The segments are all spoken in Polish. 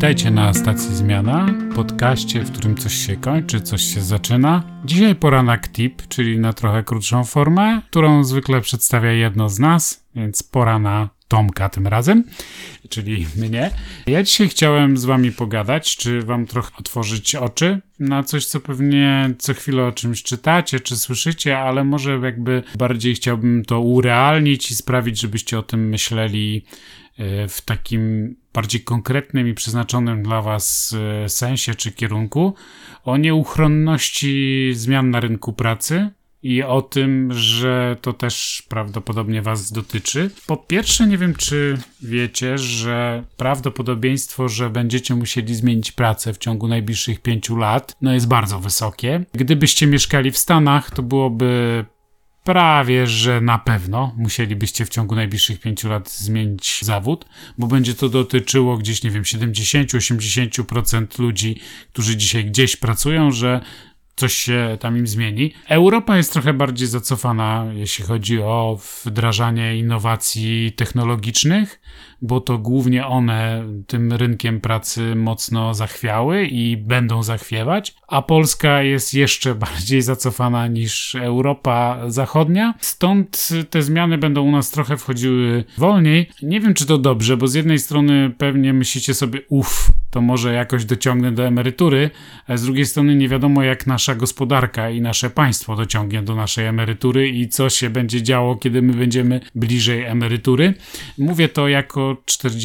Witajcie na stacji Zmiana, podcaście, w którym coś się kończy, coś się zaczyna. Dzisiaj poranek tip, czyli na trochę krótszą formę, którą zwykle przedstawia jedno z nas, więc pora na Tomka tym razem, czyli mnie. Ja dzisiaj chciałem z wami pogadać, czy wam trochę otworzyć oczy na coś, co pewnie co chwilę o czymś czytacie, czy słyszycie, ale może jakby bardziej chciałbym to urealnić i sprawić, żebyście o tym myśleli w takim bardziej konkretnym i przeznaczonym dla was sensie czy kierunku, o nieuchronności zmian na rynku pracy i o tym, że to też prawdopodobnie was dotyczy. Po pierwsze, nie wiem, czy wiecie, że prawdopodobieństwo, że będziecie musieli zmienić pracę w ciągu najbliższych 5 lat, jest bardzo wysokie. Gdybyście mieszkali w Stanach, to byłoby prawie, że na pewno musielibyście w ciągu najbliższych 5 lat zmienić zawód, bo będzie to dotyczyło gdzieś, 70-80% ludzi, którzy dzisiaj gdzieś pracują, że coś się tam im zmieni. Europa jest trochę bardziej zacofana, jeśli chodzi o wdrażanie innowacji technologicznych, bo to głównie one tym rynkiem pracy mocno zachwiały i będą zachwiewać, a Polska jest jeszcze bardziej zacofana niż Europa Zachodnia. Stąd te zmiany będą u nas trochę wchodziły wolniej. Nie wiem, czy to dobrze, bo z jednej strony pewnie myślicie sobie, to może jakoś dociągnę do emerytury, a z drugiej strony nie wiadomo, jak nasza gospodarka i nasze państwo dociągnie do naszej emerytury i co się będzie działo, kiedy my będziemy bliżej emerytury. Mówię to jako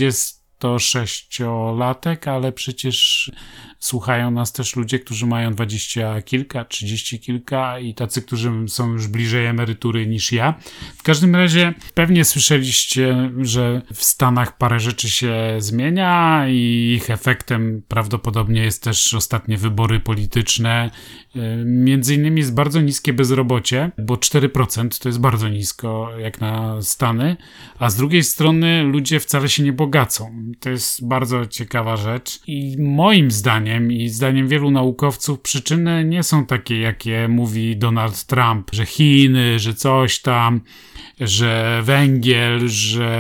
46-latek, ale przecież słuchają nas też ludzie, którzy mają 20 kilka, 30 kilka i tacy, którzy są już bliżej emerytury niż ja. W każdym razie pewnie słyszeliście, że w Stanach parę rzeczy się zmienia i ich efektem prawdopodobnie jest też ostatnie wybory polityczne. Między innymi jest bardzo niskie bezrobocie, bo 4% to jest bardzo nisko jak na Stany, a z drugiej strony ludzie wcale się nie bogacą. To jest bardzo ciekawa rzecz i moim zdaniem i zdaniem wielu naukowców przyczyny nie są takie, jakie mówi Donald Trump, że Chiny, że coś tam, że węgiel,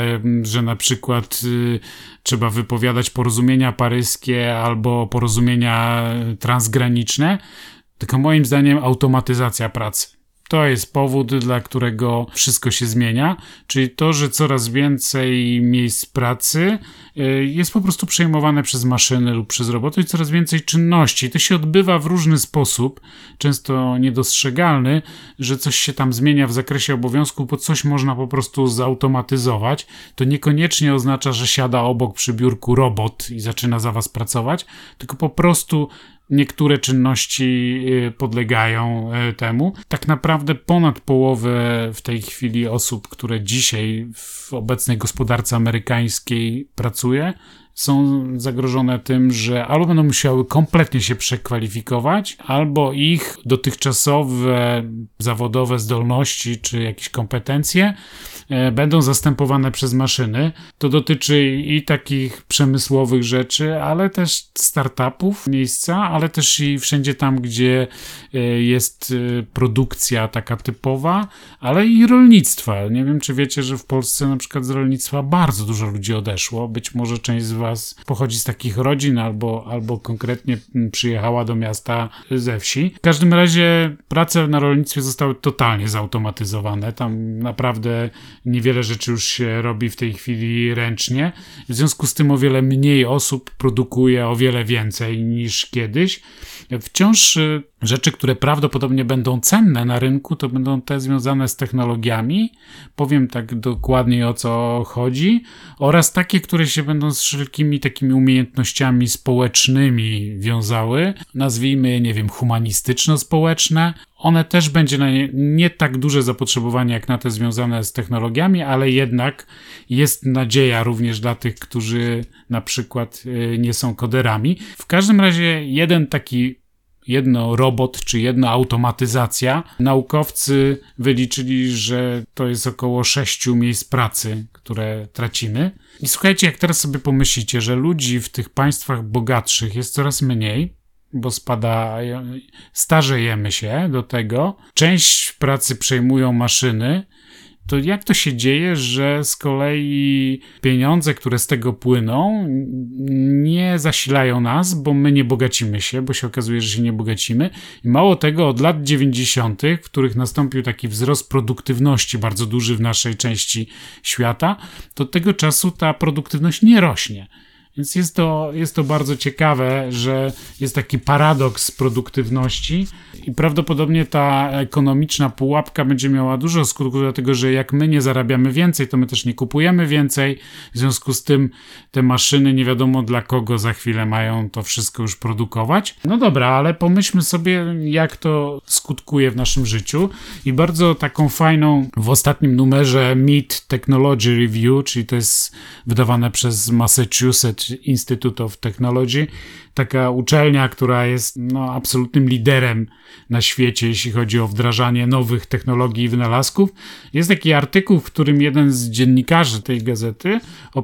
że na przykład trzeba wypowiadać porozumienia paryskie albo porozumienia transgraniczne, tylko moim zdaniem automatyzacja pracy. To jest powód, dla którego wszystko się zmienia, czyli to, że coraz więcej miejsc pracy jest po prostu przejmowane przez maszyny lub przez roboty i coraz więcej czynności. To się odbywa w różny sposób, często niedostrzegalny, że coś się tam zmienia w zakresie obowiązków, bo coś można po prostu zautomatyzować. To niekoniecznie oznacza, że siada obok przy biurku robot i zaczyna za was pracować, tylko po prostu niektóre czynności podlegają temu. Tak naprawdę ponad połowę w tej chwili osób, które dzisiaj w obecnej gospodarce amerykańskiej pracuje, są zagrożone tym, że albo będą musiały kompletnie się przekwalifikować, albo ich dotychczasowe zawodowe zdolności czy jakieś kompetencje będą zastępowane przez maszyny. To dotyczy i takich przemysłowych rzeczy, ale też startupów, miejsca, ale też i wszędzie tam, gdzie jest produkcja taka typowa, ale i rolnictwa. Nie wiem, czy wiecie, że w Polsce na przykład z rolnictwa bardzo dużo ludzi odeszło. Być może część z was pochodzi z takich rodzin albo konkretnie przyjechała do miasta ze wsi. W każdym razie prace na rolnictwie zostały totalnie zautomatyzowane. Tam naprawdę niewiele rzeczy już się robi w tej chwili ręcznie. W związku z tym o wiele mniej osób produkuje o wiele więcej niż kiedyś. Wciąż rzeczy, które prawdopodobnie będą cenne na rynku, to będą te związane z technologiami. Powiem tak dokładnie, o co chodzi. Oraz takie, które się będą z wszelkimi takimi umiejętnościami społecznymi wiązały. Nazwijmy je, humanistyczno-społeczne. One też będzie na nie tak duże zapotrzebowanie jak na te związane z technologiami, ale jednak jest nadzieja również dla tych, którzy na przykład nie są koderami. W każdym razie jedno robot czy jedna automatyzacja. Naukowcy wyliczyli, że to jest około 6 miejsc pracy, które tracimy. I słuchajcie, jak teraz sobie pomyślicie, że ludzi w tych państwach bogatszych jest coraz mniej, bo starzejemy się do tego, część pracy przejmują maszyny, to jak to się dzieje, że z kolei pieniądze, które z tego płyną, nie zasilają nas, bo my nie bogacimy się, bo się okazuje, że się nie bogacimy. I mało tego, od lat 90., w których nastąpił taki wzrost produktywności bardzo duży w naszej części świata, to od tego czasu ta produktywność nie rośnie. Więc jest to bardzo ciekawe, że jest taki paradoks produktywności i prawdopodobnie ta ekonomiczna pułapka będzie miała dużo skutków, dlatego że jak my nie zarabiamy więcej, to my też nie kupujemy więcej. W związku z tym te maszyny nie wiadomo dla kogo za chwilę mają to wszystko już produkować. No dobra, ale pomyślmy sobie, jak to skutkuje w naszym życiu. I bardzo taką fajną w ostatnim numerze MIT Technology Review, czyli to jest wydawane przez Massachusetts Institute of Technology, taka uczelnia, która jest absolutnym liderem na świecie, jeśli chodzi o wdrażanie nowych technologii i wynalazków. Jest taki artykuł, w którym jeden z dziennikarzy tej gazety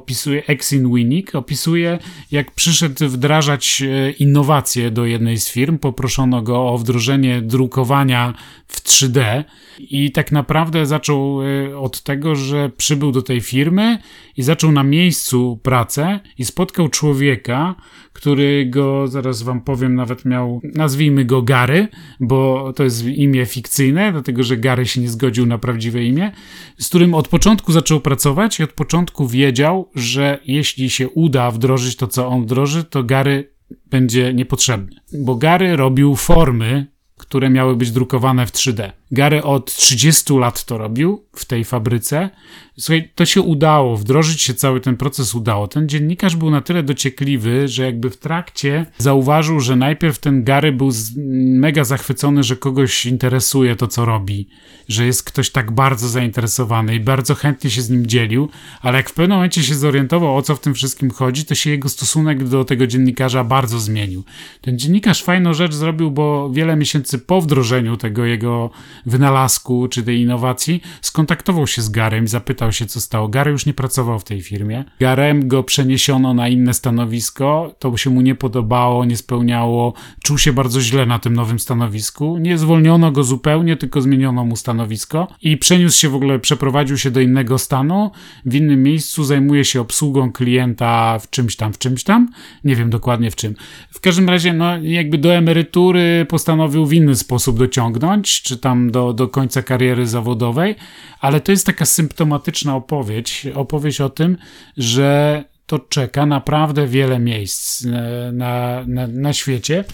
Exin Winnick opisuje, jak przyszedł wdrażać innowacje do jednej z firm. Poproszono go o wdrożenie drukowania w 3D i tak naprawdę zaczął od tego, że przybył do tej firmy i zaczął na miejscu pracę i spotkał człowieka, który go, zaraz wam powiem, nawet miał, nazwijmy go Gary, bo to jest imię fikcyjne, dlatego że Gary się nie zgodził na prawdziwe imię, z którym od początku zaczął pracować i od początku wiedział, że jeśli się uda wdrożyć to, co on wdroży, to Gary będzie niepotrzebny. Bo Gary robił formy, które miały być drukowane w 3D. Gary od 30 lat to robił w tej fabryce. Słuchaj, to się udało, wdrożyć się cały ten proces udało. Ten dziennikarz był na tyle dociekliwy, że jakby w trakcie zauważył, że najpierw ten Gary był mega zachwycony, że kogoś interesuje to, co robi, że jest ktoś tak bardzo zainteresowany i bardzo chętnie się z nim dzielił, ale jak w pewnym momencie się zorientował, o co w tym wszystkim chodzi, to się jego stosunek do tego dziennikarza bardzo zmienił. Ten dziennikarz fajną rzecz zrobił, bo wiele miesięcy po wdrożeniu tego jego wynalazku czy tej innowacji skontaktował się z Garym i zapytał się, co stało. Gary już nie pracował w tej firmie. Garem go przeniesiono na inne stanowisko, to się mu nie podobało, nie spełniało, czuł się bardzo źle na tym nowym stanowisku. Nie zwolniono go zupełnie, tylko zmieniono mu stanowisko i przeniósł się w ogóle, przeprowadził się do innego stanu, w innym miejscu, zajmuje się obsługą klienta w czymś tam, nie wiem dokładnie w czym. W każdym razie, jakby do emerytury postanowił w inny sposób dociągnąć, czy tam do końca kariery zawodowej, ale to jest taka symptomatyczna opowieść o tym, że to czeka naprawdę wiele miejsc na świecie.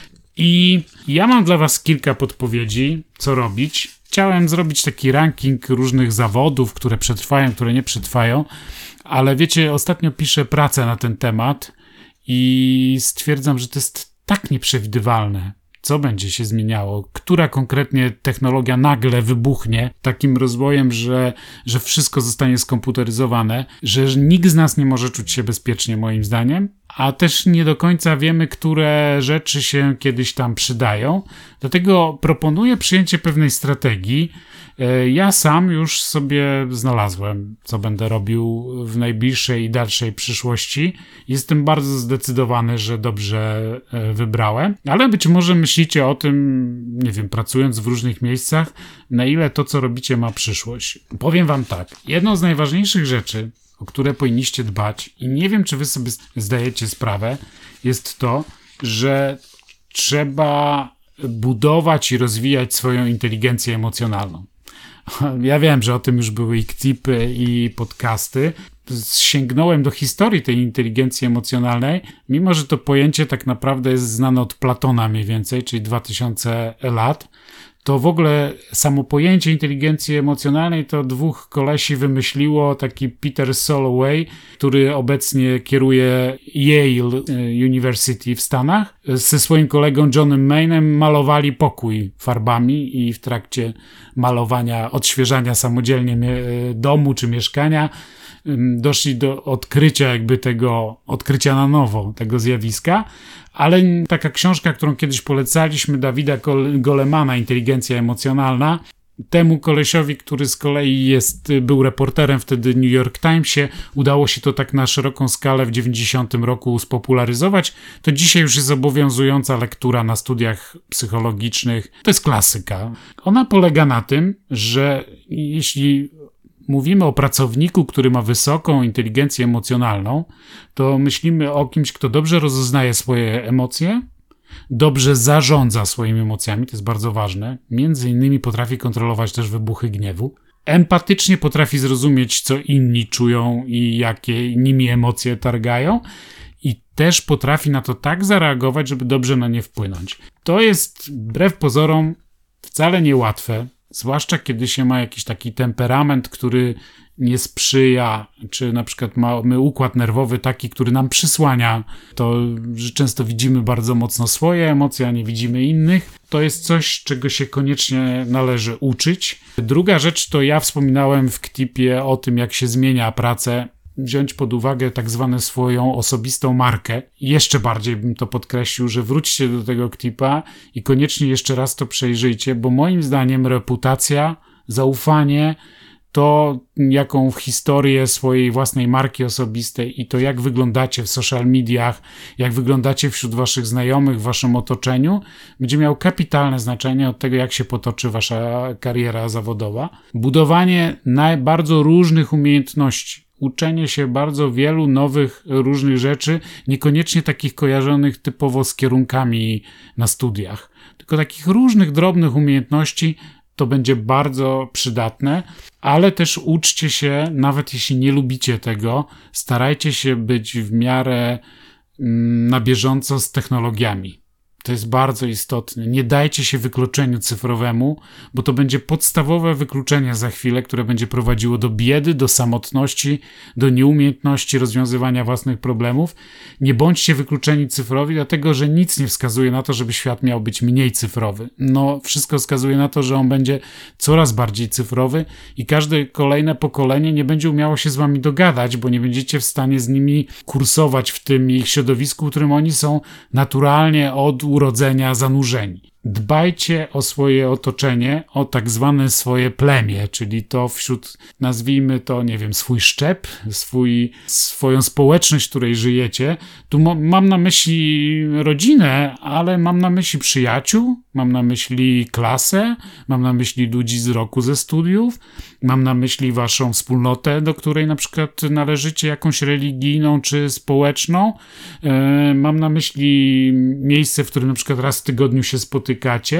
I ja mam dla was kilka podpowiedzi, co robić. Chciałem zrobić taki ranking różnych zawodów, które przetrwają, które nie przetrwają, ale wiecie, ostatnio piszę pracę na ten temat i stwierdzam, że to jest tak nieprzewidywalne. Co będzie się zmieniało? Która konkretnie technologia nagle wybuchnie takim rozwojem, że wszystko zostanie skomputeryzowane, że nikt z nas nie może czuć się bezpiecznie, moim zdaniem, a też nie do końca wiemy, które rzeczy się kiedyś tam przydają. Dlatego proponuję przyjęcie pewnej strategii. Ja sam już sobie znalazłem, co będę robił w najbliższej i dalszej przyszłości. Jestem bardzo zdecydowany, że dobrze wybrałem, ale być może myślicie o tym, nie wiem, pracując w różnych miejscach, na ile to, co robicie, ma przyszłość. Powiem wam tak, jedną z najważniejszych rzeczy, o które powinniście dbać i nie wiem, czy wy sobie zdajecie sprawę, jest to, że trzeba budować i rozwijać swoją inteligencję emocjonalną. Ja wiem, że o tym już były i klipy, i podcasty. Sięgnąłem do historii tej inteligencji emocjonalnej, mimo że to pojęcie tak naprawdę jest znane od Platona mniej więcej, czyli 2000 lat. To w ogóle samo pojęcie inteligencji emocjonalnej to dwóch kolesi wymyśliło, taki Peter Salovey, który obecnie kieruje Yale University w Stanach. Ze swoim kolegą Johnem Maynem malowali pokój farbami i w trakcie malowania, odświeżania samodzielnie domu czy mieszkania doszli do odkrycia odkrycia na nowo tego zjawiska, ale taka książka, którą kiedyś polecaliśmy, Davida Golemana, Inteligencja emocjonalna, temu kolesiowi, który z kolei był reporterem wtedy w New York Timesie, udało się to tak na szeroką skalę w 90 roku spopularyzować. To dzisiaj już jest obowiązująca lektura na studiach psychologicznych. To jest klasyka. Ona polega na tym, że jeśli mówimy o pracowniku, który ma wysoką inteligencję emocjonalną, to myślimy o kimś, kto dobrze rozeznaje swoje emocje, dobrze zarządza swoimi emocjami, to jest bardzo ważne. Między innymi potrafi kontrolować też wybuchy gniewu. Empatycznie potrafi zrozumieć, co inni czują i jakie nimi emocje targają. I też potrafi na to tak zareagować, żeby dobrze na nie wpłynąć. To jest wbrew pozorom wcale niełatwe, zwłaszcza kiedy się ma jakiś taki temperament, który nie sprzyja, czy na przykład mamy układ nerwowy taki, który nam przysłania to, że często widzimy bardzo mocno swoje emocje, a nie widzimy innych. To jest coś, czego się koniecznie należy uczyć. Druga rzecz to ja wspominałem w KTIP-ie o tym, jak się zmienia pracę, wziąć pod uwagę tak zwaną swoją osobistą markę. Jeszcze bardziej bym to podkreślił, że wróćcie do tego KTIP-a i koniecznie jeszcze raz to przejrzyjcie, bo moim zdaniem reputacja, zaufanie, to jaką historię swojej własnej marki osobistej i to jak wyglądacie w social mediach, jak wyglądacie wśród waszych znajomych, w waszym otoczeniu, będzie miało kapitalne znaczenie od tego, jak się potoczy wasza kariera zawodowa. Budowanie bardzo różnych umiejętności. Uczenie się bardzo wielu nowych, różnych rzeczy, niekoniecznie takich kojarzonych typowo z kierunkami na studiach, tylko takich różnych, drobnych umiejętności, to będzie bardzo przydatne, ale też uczcie się, nawet jeśli nie lubicie tego, starajcie się być w miarę na bieżąco z technologiami. To jest bardzo istotne. Nie dajcie się wykluczeniu cyfrowemu, bo to będzie podstawowe wykluczenie za chwilę, które będzie prowadziło do biedy, do samotności, do nieumiejętności rozwiązywania własnych problemów. Nie bądźcie wykluczeni cyfrowi, dlatego że nic nie wskazuje na to, żeby świat miał być mniej cyfrowy. No, wszystko wskazuje na to, że on będzie coraz bardziej cyfrowy i każde kolejne pokolenie nie będzie umiało się z wami dogadać, bo nie będziecie w stanie z nimi kursować w tym ich środowisku, w którym oni są naturalnie od urodzenia zanurzeni. Dbajcie o swoje otoczenie, o tak zwane swoje plemię, czyli to wśród, nazwijmy to, nie wiem, swój szczep, swoją społeczność, w której żyjecie. Tu mam na myśli rodzinę, ale mam na myśli przyjaciół, mam na myśli klasę, mam na myśli ludzi z roku ze studiów, mam na myśli waszą wspólnotę, do której na przykład należycie, jakąś religijną czy społeczną. Mam na myśli miejsce, w którym na przykład raz w tygodniu się spotykacie.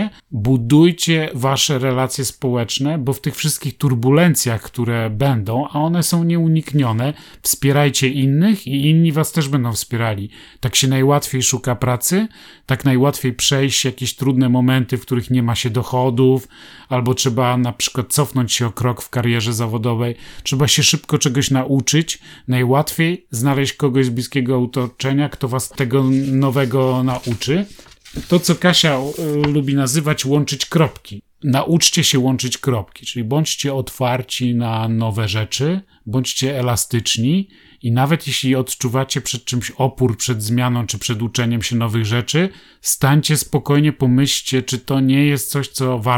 Budujcie wasze relacje społeczne, bo w tych wszystkich turbulencjach, które będą, a one są nieuniknione, wspierajcie innych i inni was też będą wspierali. Tak się najłatwiej szuka pracy, tak najłatwiej przejść jakieś trudne momenty, w których nie ma się dochodów, albo trzeba na przykład cofnąć się o krok w karierze zawodowej, trzeba się szybko czegoś nauczyć, najłatwiej znaleźć kogoś z bliskiego otoczenia, kto was tego nowego nauczy. To, co Kasia lubi nazywać łączyć kropki. Nauczcie się łączyć kropki, czyli bądźcie otwarci na nowe rzeczy, bądźcie elastyczni i nawet jeśli odczuwacie przed czymś opór, przed zmianą czy przed uczeniem się nowych rzeczy, stańcie spokojnie, pomyślcie, czy to nie jest coś,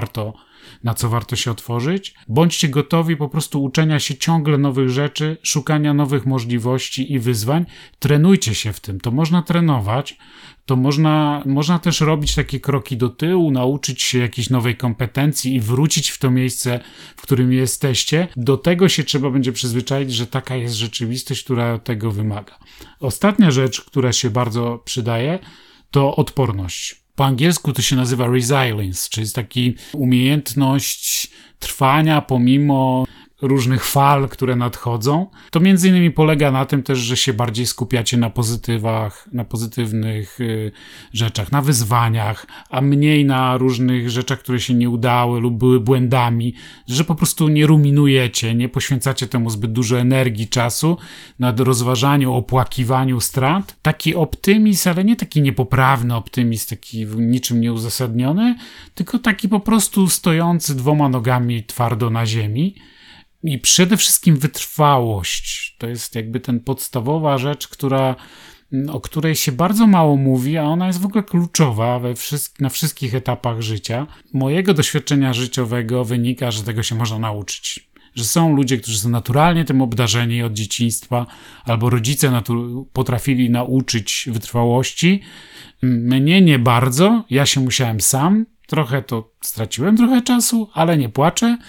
na co warto się otworzyć. Bądźcie gotowi po prostu uczenia się ciągle nowych rzeczy, szukania nowych możliwości i wyzwań. Trenujcie się w tym. To można trenować, to można też robić takie kroki do tyłu, nauczyć się jakiejś nowej kompetencji i wrócić w to miejsce, w którym jesteście. Do tego się trzeba będzie przyzwyczaić, że taka jest rzeczywistość, która tego wymaga. Ostatnia rzecz, która się bardzo przydaje, to odporność. Po angielsku to się nazywa resilience, czyli jest taki umiejętność trwania pomimo różnych fal, które nadchodzą. To między innymi polega na tym też, że się bardziej skupiacie na pozytywach, na pozytywnych rzeczach, na wyzwaniach, a mniej na różnych rzeczach, które się nie udały lub były błędami, że po prostu nie ruminujecie, nie poświęcacie temu zbyt dużo energii, czasu na rozważaniu, opłakiwaniu strat. Taki optymizm, ale nie taki niepoprawny optymizm, taki niczym nieuzasadniony, tylko taki po prostu stojący dwoma nogami twardo na ziemi. I przede wszystkim wytrwałość. To jest jakby ten podstawowa rzecz, o której się bardzo mało mówi, a ona jest w ogóle kluczowa na wszystkich etapach życia. Mojego doświadczenia życiowego wynika, że tego się można nauczyć. Że są ludzie, którzy są naturalnie tym obdarzeni od dzieciństwa, albo rodzice potrafili nauczyć wytrwałości. Mnie nie bardzo, ja się musiałem sam trochę to straciłem trochę czasu, ale nie płaczę,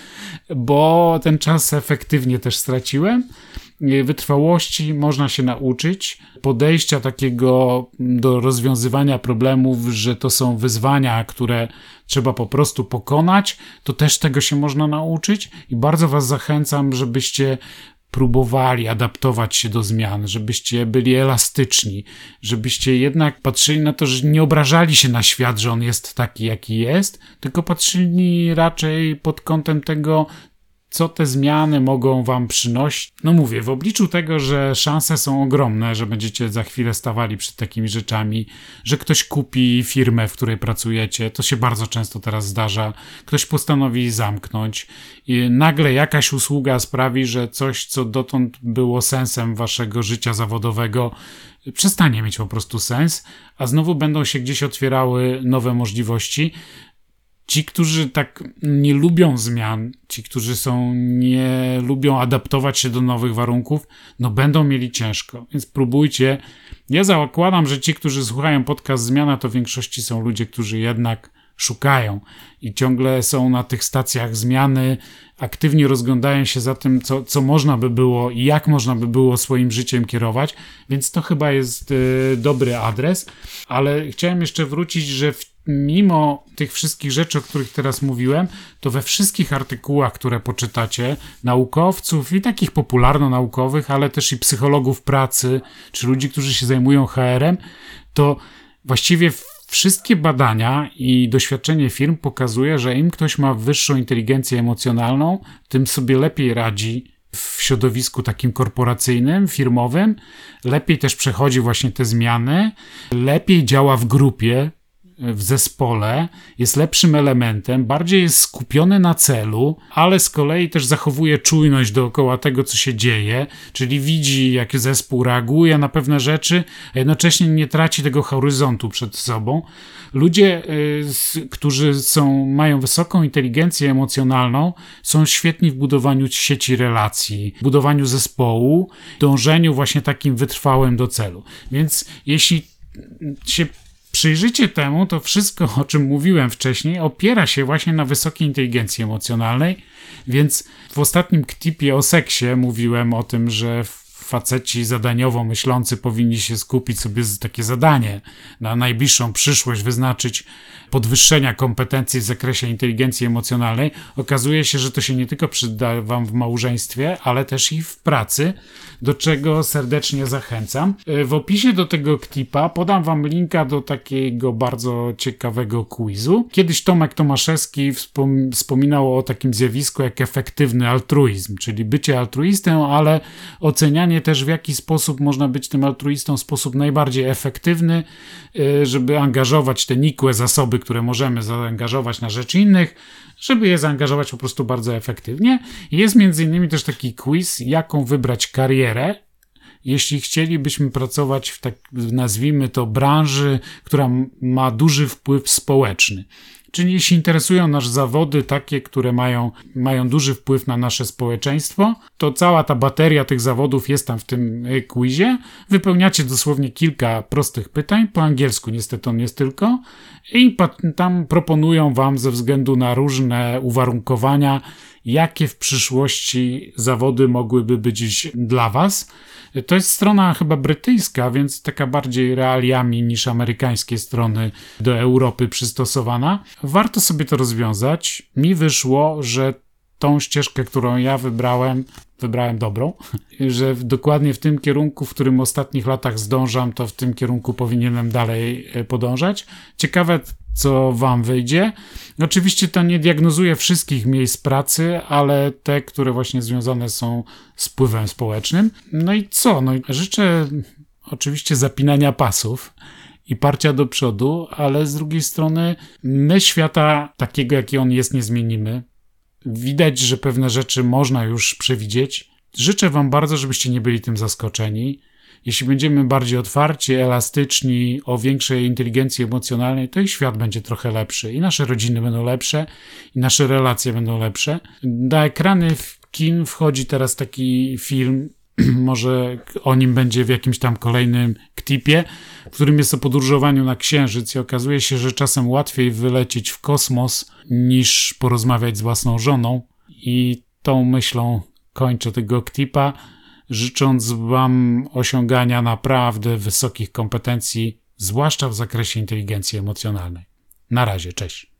bo ten czas efektywnie też straciłem. Wytrwałości można się nauczyć, podejścia takiego do rozwiązywania problemów, że to są wyzwania, które trzeba po prostu pokonać, to też tego się można nauczyć i bardzo was zachęcam, żebyście próbowali adaptować się do zmian, żebyście byli elastyczni, żebyście jednak patrzyli na to, że nie obrażali się na świat, że on jest taki, jaki jest, tylko patrzyli raczej pod kątem tego, co te zmiany mogą wam przynosić. No mówię, w obliczu tego, że szanse są ogromne, że będziecie za chwilę stawali przed takimi rzeczami, że ktoś kupi firmę, w której pracujecie, to się bardzo często teraz zdarza, ktoś postanowi zamknąć i nagle jakaś usługa sprawi, że coś, co dotąd było sensem waszego życia zawodowego, przestanie mieć po prostu sens, a znowu będą się gdzieś otwierały nowe możliwości. Ci, którzy tak nie lubią zmian, ci, którzy nie lubią adaptować się do nowych warunków, no będą mieli ciężko, więc próbujcie. Ja zakładam, że ci, którzy słuchają podcast Zmiana, to w większości są ludzie, którzy jednak szukają i ciągle są na tych stacjach zmiany, aktywnie rozglądają się za tym, co można by było i jak można by było swoim życiem kierować, więc to chyba jest dobry adres, ale chciałem jeszcze wrócić, że mimo tych wszystkich rzeczy, o których teraz mówiłem, to we wszystkich artykułach, które poczytacie, naukowców i takich popularno-naukowych, ale też i psychologów pracy, czy ludzi, którzy się zajmują HR-em, to właściwie wszystkie badania i doświadczenie firm pokazuje, że im ktoś ma wyższą inteligencję emocjonalną, tym sobie lepiej radzi w środowisku takim korporacyjnym, firmowym, lepiej też przechodzi właśnie te zmiany, lepiej działa w grupie, w zespole, jest lepszym elementem, bardziej jest skupiony na celu, ale z kolei też zachowuje czujność dookoła tego, co się dzieje, czyli widzi, jak zespół reaguje na pewne rzeczy, a jednocześnie nie traci tego horyzontu przed sobą. Ludzie, którzy mają wysoką inteligencję emocjonalną, są świetni w budowaniu sieci relacji, budowaniu zespołu, dążeniu właśnie takim wytrwałym do celu. Więc jeśli się przyjrzycie temu, to wszystko, o czym mówiłem wcześniej, opiera się właśnie na wysokiej inteligencji emocjonalnej, więc w ostatnim klipie o seksie mówiłem o tym, że faceci zadaniowo myślący powinni się skupić sobie takie zadanie na najbliższą przyszłość, wyznaczyć podwyższenia kompetencji w zakresie inteligencji emocjonalnej. Okazuje się, że to się nie tylko przyda wam w małżeństwie, ale też i w pracy, do czego serdecznie zachęcam. W opisie do tego klipa podam wam linka do takiego bardzo ciekawego quizu. Kiedyś Tomek Tomaszewski wspominał o takim zjawisku jak efektywny altruizm, czyli bycie altruistą, ale ocenianie też, w jaki sposób można być tym altruistą w sposób najbardziej efektywny, żeby angażować te nikłe zasoby, które możemy zaangażować na rzecz innych, żeby je zaangażować po prostu bardzo efektywnie. Jest między innymi też taki quiz, jaką wybrać karierę, jeśli chcielibyśmy pracować w nazwijmy to branży, która ma duży wpływ społeczny. Czyli jeśli interesują nas zawody takie, które mają duży wpływ na nasze społeczeństwo, to cała ta bateria tych zawodów jest tam w tym quizie. Wypełniacie dosłownie kilka prostych pytań, po angielsku niestety on jest tylko, i tam proponują wam ze względu na różne uwarunkowania, jakie w przyszłości zawody mogłyby być dla was. To jest strona chyba brytyjska, więc taka bardziej realiami niż amerykańskie strony do Europy przystosowana. Warto sobie to rozwiązać. Mi wyszło, że tą ścieżkę, którą ja wybrałem dobrą, że dokładnie w tym kierunku, w którym w ostatnich latach zdążam, to w tym kierunku powinienem dalej podążać. Ciekawe, co wam wyjdzie. Oczywiście to nie diagnozuje wszystkich miejsc pracy, ale te, które właśnie związane są z wpływem społecznym. No i co? No, życzę oczywiście zapinania pasów i parcia do przodu, ale z drugiej strony my świata takiego, jaki on jest, nie zmienimy. Widać, że pewne rzeczy można już przewidzieć. Życzę wam bardzo, żebyście nie byli tym zaskoczeni. Jeśli będziemy bardziej otwarci, elastyczni, o większej inteligencji emocjonalnej, to i świat będzie trochę lepszy. I nasze rodziny będą lepsze, i nasze relacje będą lepsze. Na ekrany kin wchodzi teraz taki film może o nim będzie w jakimś tam kolejnym ktipie, w którym jest o podróżowaniu na Księżyc i okazuje się, że czasem łatwiej wylecieć w kosmos niż porozmawiać z własną żoną. I tą myślą kończę tego ktipa, życząc wam osiągania naprawdę wysokich kompetencji, zwłaszcza w zakresie inteligencji emocjonalnej. Na razie, cześć.